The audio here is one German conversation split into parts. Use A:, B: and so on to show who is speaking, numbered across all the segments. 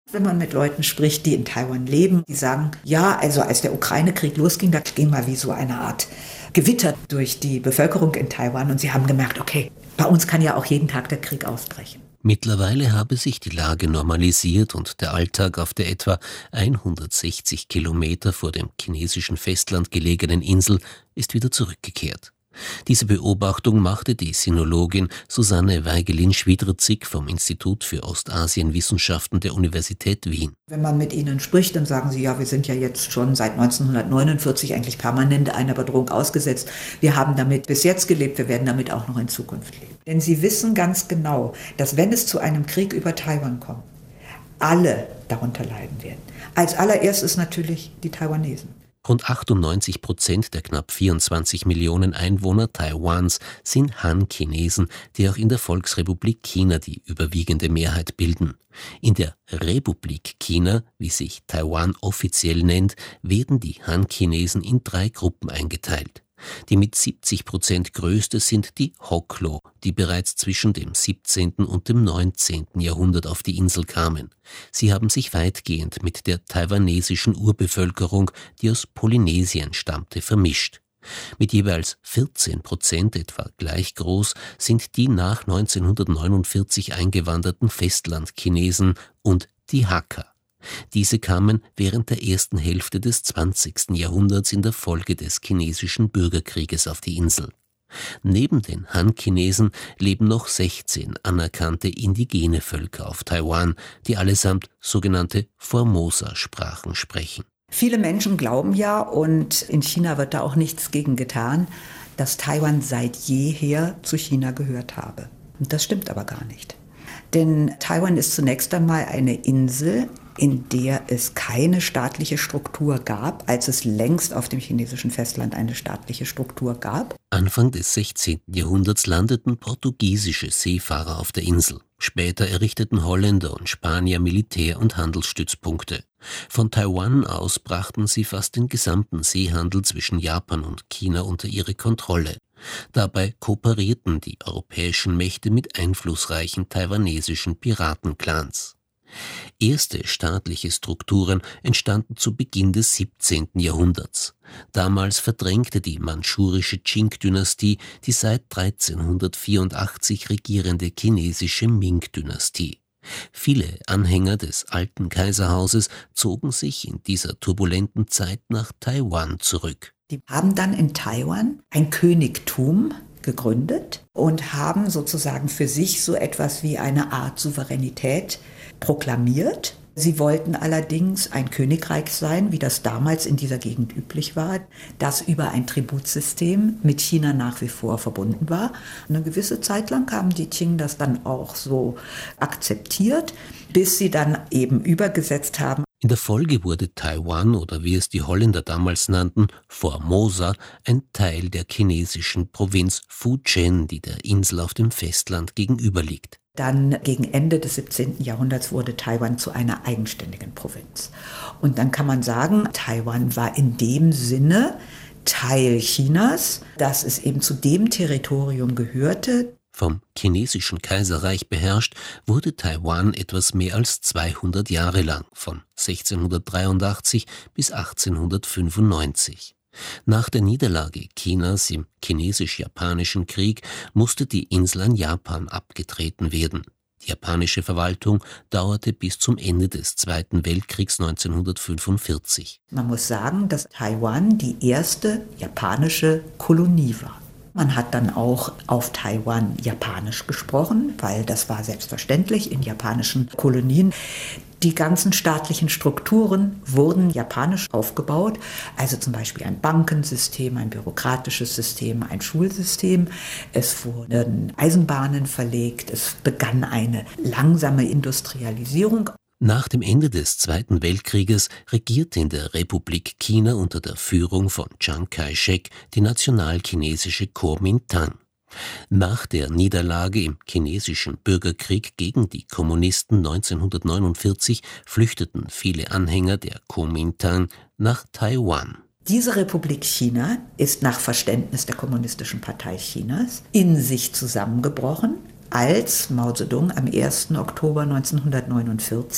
A: Wenn man mit Leuten spricht, die in Taiwan leben, die sagen, ja, also als der Ukraine-Krieg losging, da ging mal wie so eine Art Gewitter durch die Bevölkerung in Taiwan und sie haben gemerkt, okay, bei uns kann ja auch jeden Tag der Krieg ausbrechen.
B: Mittlerweile habe sich die Lage normalisiert und der Alltag auf der etwa 160 Kilometer vor dem chinesischen Festland gelegenen Insel ist wieder zurückgekehrt. Diese Beobachtung machte die Sinologin Susanne Weigelin-Schwiedritzig vom Institut für Ostasienwissenschaften der Universität Wien.
A: Wenn man mit ihnen spricht, dann sagen sie, ja, wir sind ja jetzt schon seit 1949 eigentlich permanent einer Bedrohung ausgesetzt. Wir haben damit bis jetzt gelebt, wir werden damit auch noch in Zukunft leben. Denn sie wissen ganz genau, dass wenn es zu einem Krieg über Taiwan kommt, alle darunter leiden werden. Als allererstes natürlich die Taiwanesen.
B: Rund 98% der knapp 24 Millionen Einwohner Taiwans sind Han-Chinesen, die auch in der Volksrepublik China die überwiegende Mehrheit bilden. In der Republik China, wie sich Taiwan offiziell nennt, werden die Han-Chinesen in 3 Gruppen eingeteilt. Die mit 70% größte sind die Hoklo, die bereits zwischen dem 17. und dem 19. Jahrhundert auf die Insel kamen. Sie haben sich weitgehend mit der taiwanesischen Urbevölkerung, die aus Polynesien stammte, vermischt. Mit jeweils 14%, etwa gleich groß, sind die nach 1949 eingewanderten Festlandchinesen und die Hakka. Diese kamen während der ersten Hälfte des 20. Jahrhunderts in der Folge des chinesischen Bürgerkrieges auf die Insel. Neben den Han-Chinesen leben noch 16 anerkannte indigene Völker auf Taiwan, die allesamt sogenannte Formosa-Sprachen sprechen.
A: Viele Menschen glauben ja, und in China wird da auch nichts gegen getan, dass Taiwan seit jeher zu China gehört habe. Und das stimmt aber gar nicht. Denn Taiwan ist zunächst einmal eine Insel, in der es keine staatliche Struktur gab, als es längst auf dem chinesischen Festland eine staatliche Struktur gab.
B: Anfang des 16. Jahrhunderts landeten portugiesische Seefahrer auf der Insel. Später errichteten Holländer und Spanier Militär- und Handelsstützpunkte. Von Taiwan aus brachten sie fast den gesamten Seehandel zwischen Japan und China unter ihre Kontrolle. Dabei kooperierten die europäischen Mächte mit einflussreichen taiwanesischen Piratenclans. Erste staatliche Strukturen entstanden zu Beginn des 17. Jahrhunderts. Damals verdrängte die mandschurische Qing-Dynastie die seit 1384 regierende chinesische Ming-Dynastie. Viele Anhänger des alten Kaiserhauses zogen sich in dieser turbulenten Zeit nach Taiwan zurück.
A: Die haben dann in Taiwan ein Königtum gegründet und haben sozusagen für sich so etwas wie eine Art Souveränität proklamiert. Sie wollten allerdings ein Königreich sein, wie das damals in dieser Gegend üblich war, das über ein Tributsystem mit China nach wie vor verbunden war. Eine gewisse Zeit lang haben die Qing das dann auch so akzeptiert, bis sie dann eben übergesetzt haben.
B: In der Folge wurde Taiwan, oder wie es die Holländer damals nannten, Formosa, ein Teil der chinesischen Provinz Fujian, die der Insel auf dem Festland gegenüberliegt.
A: Dann gegen Ende des 17. Jahrhunderts wurde Taiwan zu einer eigenständigen Provinz. Und dann kann man sagen, Taiwan war in dem Sinne Teil Chinas, dass es eben zu dem Territorium gehörte.
B: Vom chinesischen Kaiserreich beherrscht, wurde Taiwan etwas mehr als 200 Jahre lang, von 1683 bis 1895. Nach der Niederlage Chinas im Chinesisch-Japanischen Krieg musste die Insel an Japan abgetreten werden. Die japanische Verwaltung dauerte bis zum Ende des Zweiten Weltkriegs 1945.
A: Man muss sagen, dass Taiwan die erste japanische Kolonie war. Man hat dann auch auf Taiwan Japanisch gesprochen, weil das war selbstverständlich in japanischen Kolonien. Die ganzen staatlichen Strukturen wurden japanisch aufgebaut, also zum Beispiel ein Bankensystem, ein bürokratisches System, ein Schulsystem. Es wurden Eisenbahnen verlegt, es begann eine langsame Industrialisierung.
B: Nach dem Ende des Zweiten Weltkrieges regierte in der Republik China unter der Führung von Chiang Kai-shek die nationalchinesische Kuomintang. Nach der Niederlage im chinesischen Bürgerkrieg gegen die Kommunisten 1949 flüchteten viele Anhänger der Kuomintang nach Taiwan.
A: Diese Republik China ist nach Verständnis der Kommunistischen Partei Chinas in sich zusammengebrochen, als Mao Zedong am 1. Oktober 1949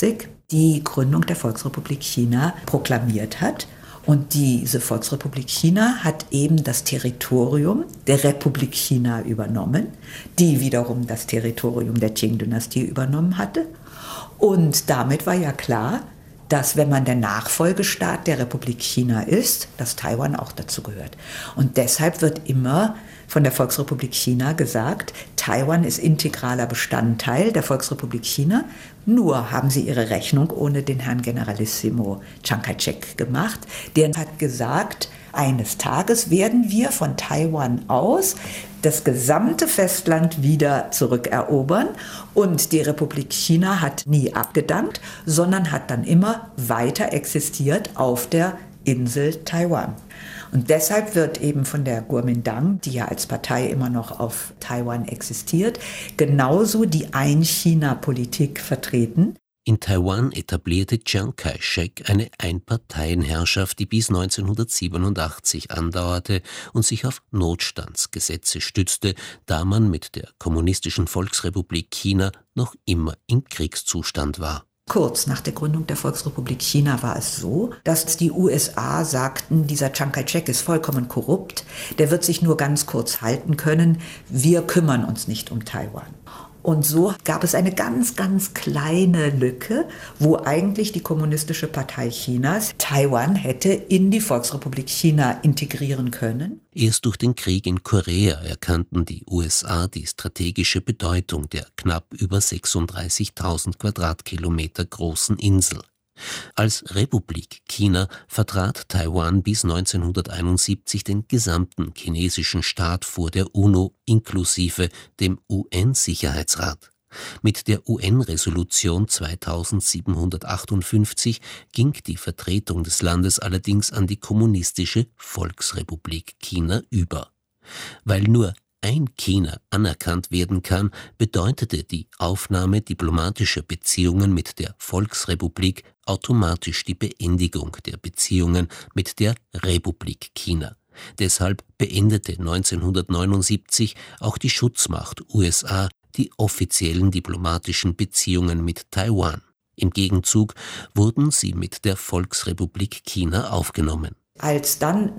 A: die Gründung der Volksrepublik China proklamiert hat. Und diese Volksrepublik China hat eben das Territorium der Republik China übernommen, die wiederum das Territorium der Qing-Dynastie übernommen hatte. Und damit war ja klar, dass wenn man der Nachfolgestaat der Republik China ist, dass Taiwan auch dazu gehört. Und deshalb wird immer von der Volksrepublik China gesagt, Taiwan ist integraler Bestandteil der Volksrepublik China. Nur haben sie ihre Rechnung ohne den Herrn Generalissimo Chiang Kai-shek gemacht. Der hat gesagt, eines Tages werden wir von Taiwan aus das gesamte Festland wieder zurückerobern. Und die Republik China hat nie abgedankt, sondern hat dann immer weiter existiert auf der Insel Taiwan. Und deshalb wird eben von der Kuomintang, die ja als Partei immer noch auf Taiwan existiert, genauso die Ein-China-Politik vertreten.
B: In Taiwan etablierte Chiang Kai-shek eine Einparteienherrschaft, die bis 1987 andauerte und sich auf Notstandsgesetze stützte, da man mit der Kommunistischen Volksrepublik China noch immer im Kriegszustand war.
A: Kurz nach der Gründung der Volksrepublik China war es so, dass die USA sagten, dieser Chiang Kai-shek ist vollkommen korrupt, der wird sich nur ganz kurz halten können, wir kümmern uns nicht um Taiwan. Und so gab es eine ganz, ganz kleine Lücke, wo eigentlich die Kommunistische Partei Chinas Taiwan hätte in die Volksrepublik China integrieren können.
B: Erst durch den Krieg in Korea erkannten die USA die strategische Bedeutung der knapp über 36.000 Quadratkilometer großen Insel. Als Republik China vertrat Taiwan bis 1971 den gesamten chinesischen Staat vor der UNO inklusive dem UN-Sicherheitsrat. Mit der UN-Resolution 2758 ging die Vertretung des Landes allerdings an die Kommunistische Volksrepublik China über. Weil nur ein China anerkannt werden kann, bedeutete die Aufnahme diplomatischer Beziehungen mit der Volksrepublik automatisch die Beendigung der Beziehungen mit der Republik China. Deshalb beendete 1979 auch die Schutzmacht USA die offiziellen diplomatischen Beziehungen mit Taiwan. Im Gegenzug wurden sie mit der Volksrepublik China aufgenommen.
A: Als dann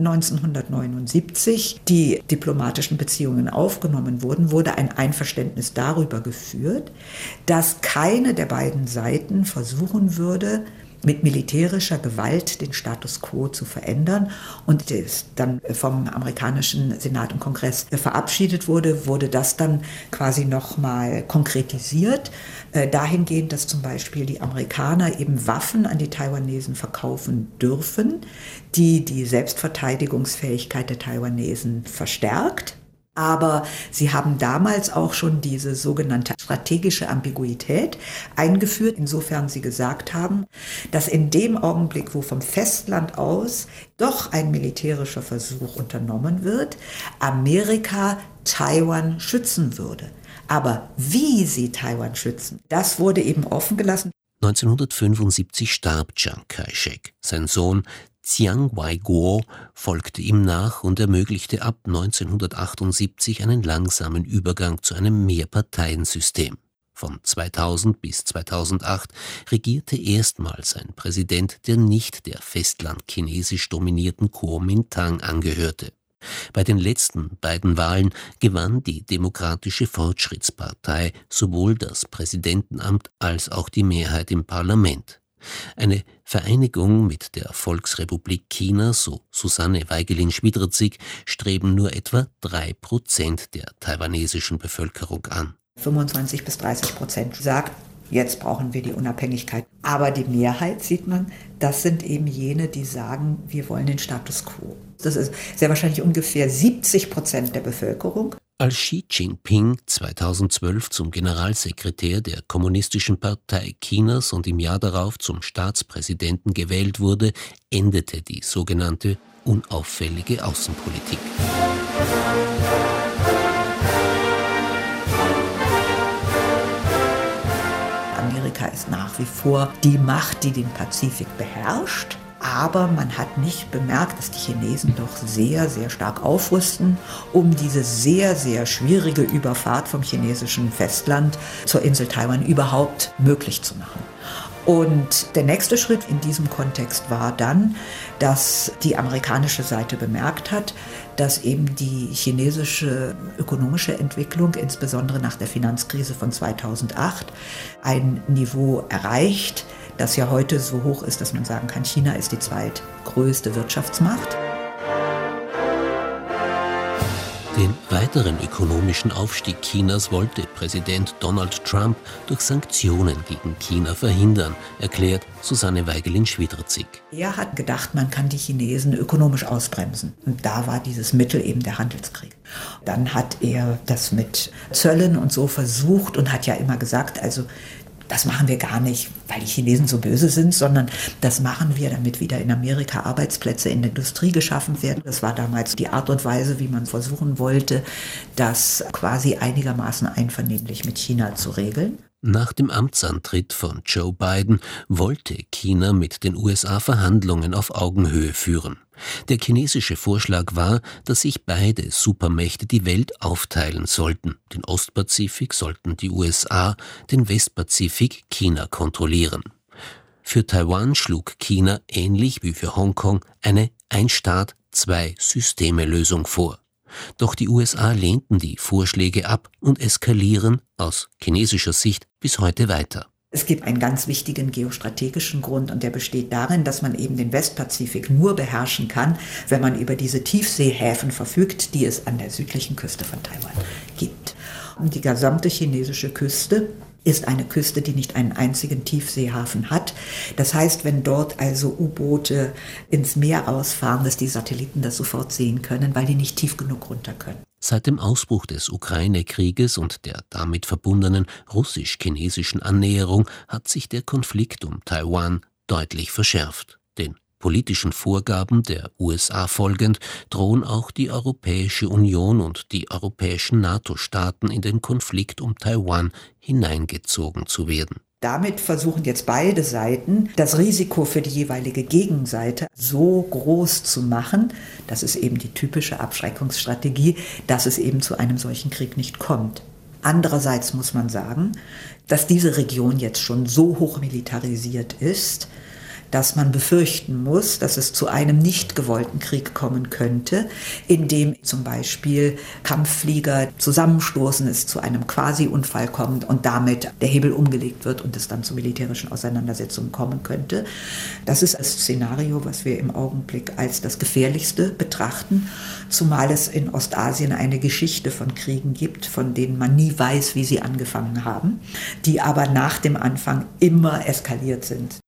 A: 1979 die diplomatischen Beziehungen aufgenommen wurden, wurde ein Einverständnis darüber geführt, dass keine der beiden Seiten versuchen würde, mit militärischer Gewalt den Status quo zu verändern. Und das dann vom amerikanischen Senat und Kongress verabschiedet wurde, wurde das dann quasi nochmal konkretisiert, dahingehend, dass zum Beispiel die Amerikaner eben Waffen an die Taiwanesen verkaufen dürfen, die die Selbstverteidigungsfähigkeit der Taiwanesen verstärkt. Aber sie haben damals auch schon diese sogenannte strategische Ambiguität eingeführt, insofern sie gesagt haben, dass in dem Augenblick, wo vom Festland aus doch ein militärischer Versuch unternommen wird, Amerika Taiwan schützen würde. Aber wie sie Taiwan schützen, das wurde eben offen gelassen.
B: 1975 starb Chiang Kai-shek. Sein Sohn Chiang Wai-kuo folgte ihm nach und ermöglichte ab 1978 einen langsamen Übergang zu einem Mehrparteiensystem. Von 2000 bis 2008 regierte erstmals ein Präsident, der nicht der festlandchinesisch dominierten Kuomintang angehörte. Bei den letzten beiden Wahlen gewann die Demokratische Fortschrittspartei sowohl das Präsidentenamt als auch die Mehrheit im Parlament. Eine Vereinigung mit der Volksrepublik China, so Susanne Weigelin-Schwidritzig, streben nur etwa 3% der taiwanesischen Bevölkerung an.
A: 25-30% sagt, jetzt brauchen wir die Unabhängigkeit. Aber die Mehrheit, sieht man, das sind eben jene, die sagen, wir wollen den Status quo. Das ist sehr wahrscheinlich ungefähr 70% der Bevölkerung.
B: Als Xi Jinping 2012 zum Generalsekretär der Kommunistischen Partei Chinas und im Jahr darauf zum Staatspräsidenten gewählt wurde, endete die sogenannte unauffällige Außenpolitik.
A: Amerika ist nach wie vor die Macht, die den Pazifik beherrscht. Aber man hat nicht bemerkt, dass die Chinesen doch sehr, sehr stark aufrüsten, um diese sehr, sehr schwierige Überfahrt vom chinesischen Festland zur Insel Taiwan überhaupt möglich zu machen. Und der nächste Schritt in diesem Kontext war dann, dass die amerikanische Seite bemerkt hat, dass eben die chinesische ökonomische Entwicklung, insbesondere nach der Finanzkrise von 2008, ein Niveau erreicht, das ja heute so hoch ist, dass man sagen kann, China ist die zweitgrößte Wirtschaftsmacht.
B: Den weiteren ökonomischen Aufstieg Chinas wollte Präsident Donald Trump durch Sanktionen gegen China verhindern, erklärt Susanne Weigelin-Schwiedratzig.
A: Er hat gedacht, man kann die Chinesen ökonomisch ausbremsen. Und da war dieses Mittel eben der Handelskrieg. Dann hat er das mit Zöllen und so versucht und hat ja immer gesagt, also das machen wir gar nicht, weil die Chinesen so böse sind, sondern das machen wir, damit wieder in Amerika Arbeitsplätze in der Industrie geschaffen werden. Das war damals die Art und Weise, wie man versuchen wollte, das quasi einigermaßen einvernehmlich mit China zu regeln.
B: Nach dem Amtsantritt von Joe Biden wollte China mit den USA Verhandlungen auf Augenhöhe führen. Der chinesische Vorschlag war, dass sich beide Supermächte die Welt aufteilen sollten. Den Ostpazifik sollten die USA, den Westpazifik China kontrollieren. Für Taiwan schlug China, ähnlich wie für Hongkong, eine Ein-Staat, Zwei-Systeme-Lösung vor. Doch die USA lehnten die Vorschläge ab und eskalieren aus chinesischer Sicht bis heute weiter.
A: Es gibt einen ganz wichtigen geostrategischen Grund und der besteht darin, dass man eben den Westpazifik nur beherrschen kann, wenn man über diese Tiefseehäfen verfügt, die es an der südlichen Küste von Taiwan gibt. Und die gesamte chinesische Küste ist eine Küste, die nicht einen einzigen Tiefseehafen hat. Das heißt, wenn dort also U-Boote ins Meer ausfahren, dass die Satelliten das sofort sehen können, weil die nicht tief genug runter können.
B: Seit dem Ausbruch des Ukraine-Krieges und der damit verbundenen russisch-chinesischen Annäherung hat sich der Konflikt um Taiwan deutlich verschärft. Den politischen Vorgaben der USA folgend drohen auch die Europäische Union und die europäischen NATO-Staaten in den Konflikt um Taiwan hineingezogen zu werden.
A: Damit versuchen jetzt beide Seiten, das Risiko für die jeweilige Gegenseite so groß zu machen, das ist eben die typische Abschreckungsstrategie, dass es eben zu einem solchen Krieg nicht kommt. Andererseits muss man sagen, dass diese Region jetzt schon so hoch militarisiert ist, dass man befürchten muss, dass es zu einem nicht gewollten Krieg kommen könnte, in dem zum Beispiel Kampfflieger zusammenstoßen, es zu einem Quasi-Unfall kommt und damit der Hebel umgelegt wird und es dann zu militärischen Auseinandersetzungen kommen könnte. Das ist das Szenario, was wir im Augenblick als das gefährlichste betrachten, zumal es in Ostasien eine Geschichte von Kriegen gibt, von denen man nie weiß, wie sie angefangen haben, die aber nach dem Anfang immer eskaliert sind.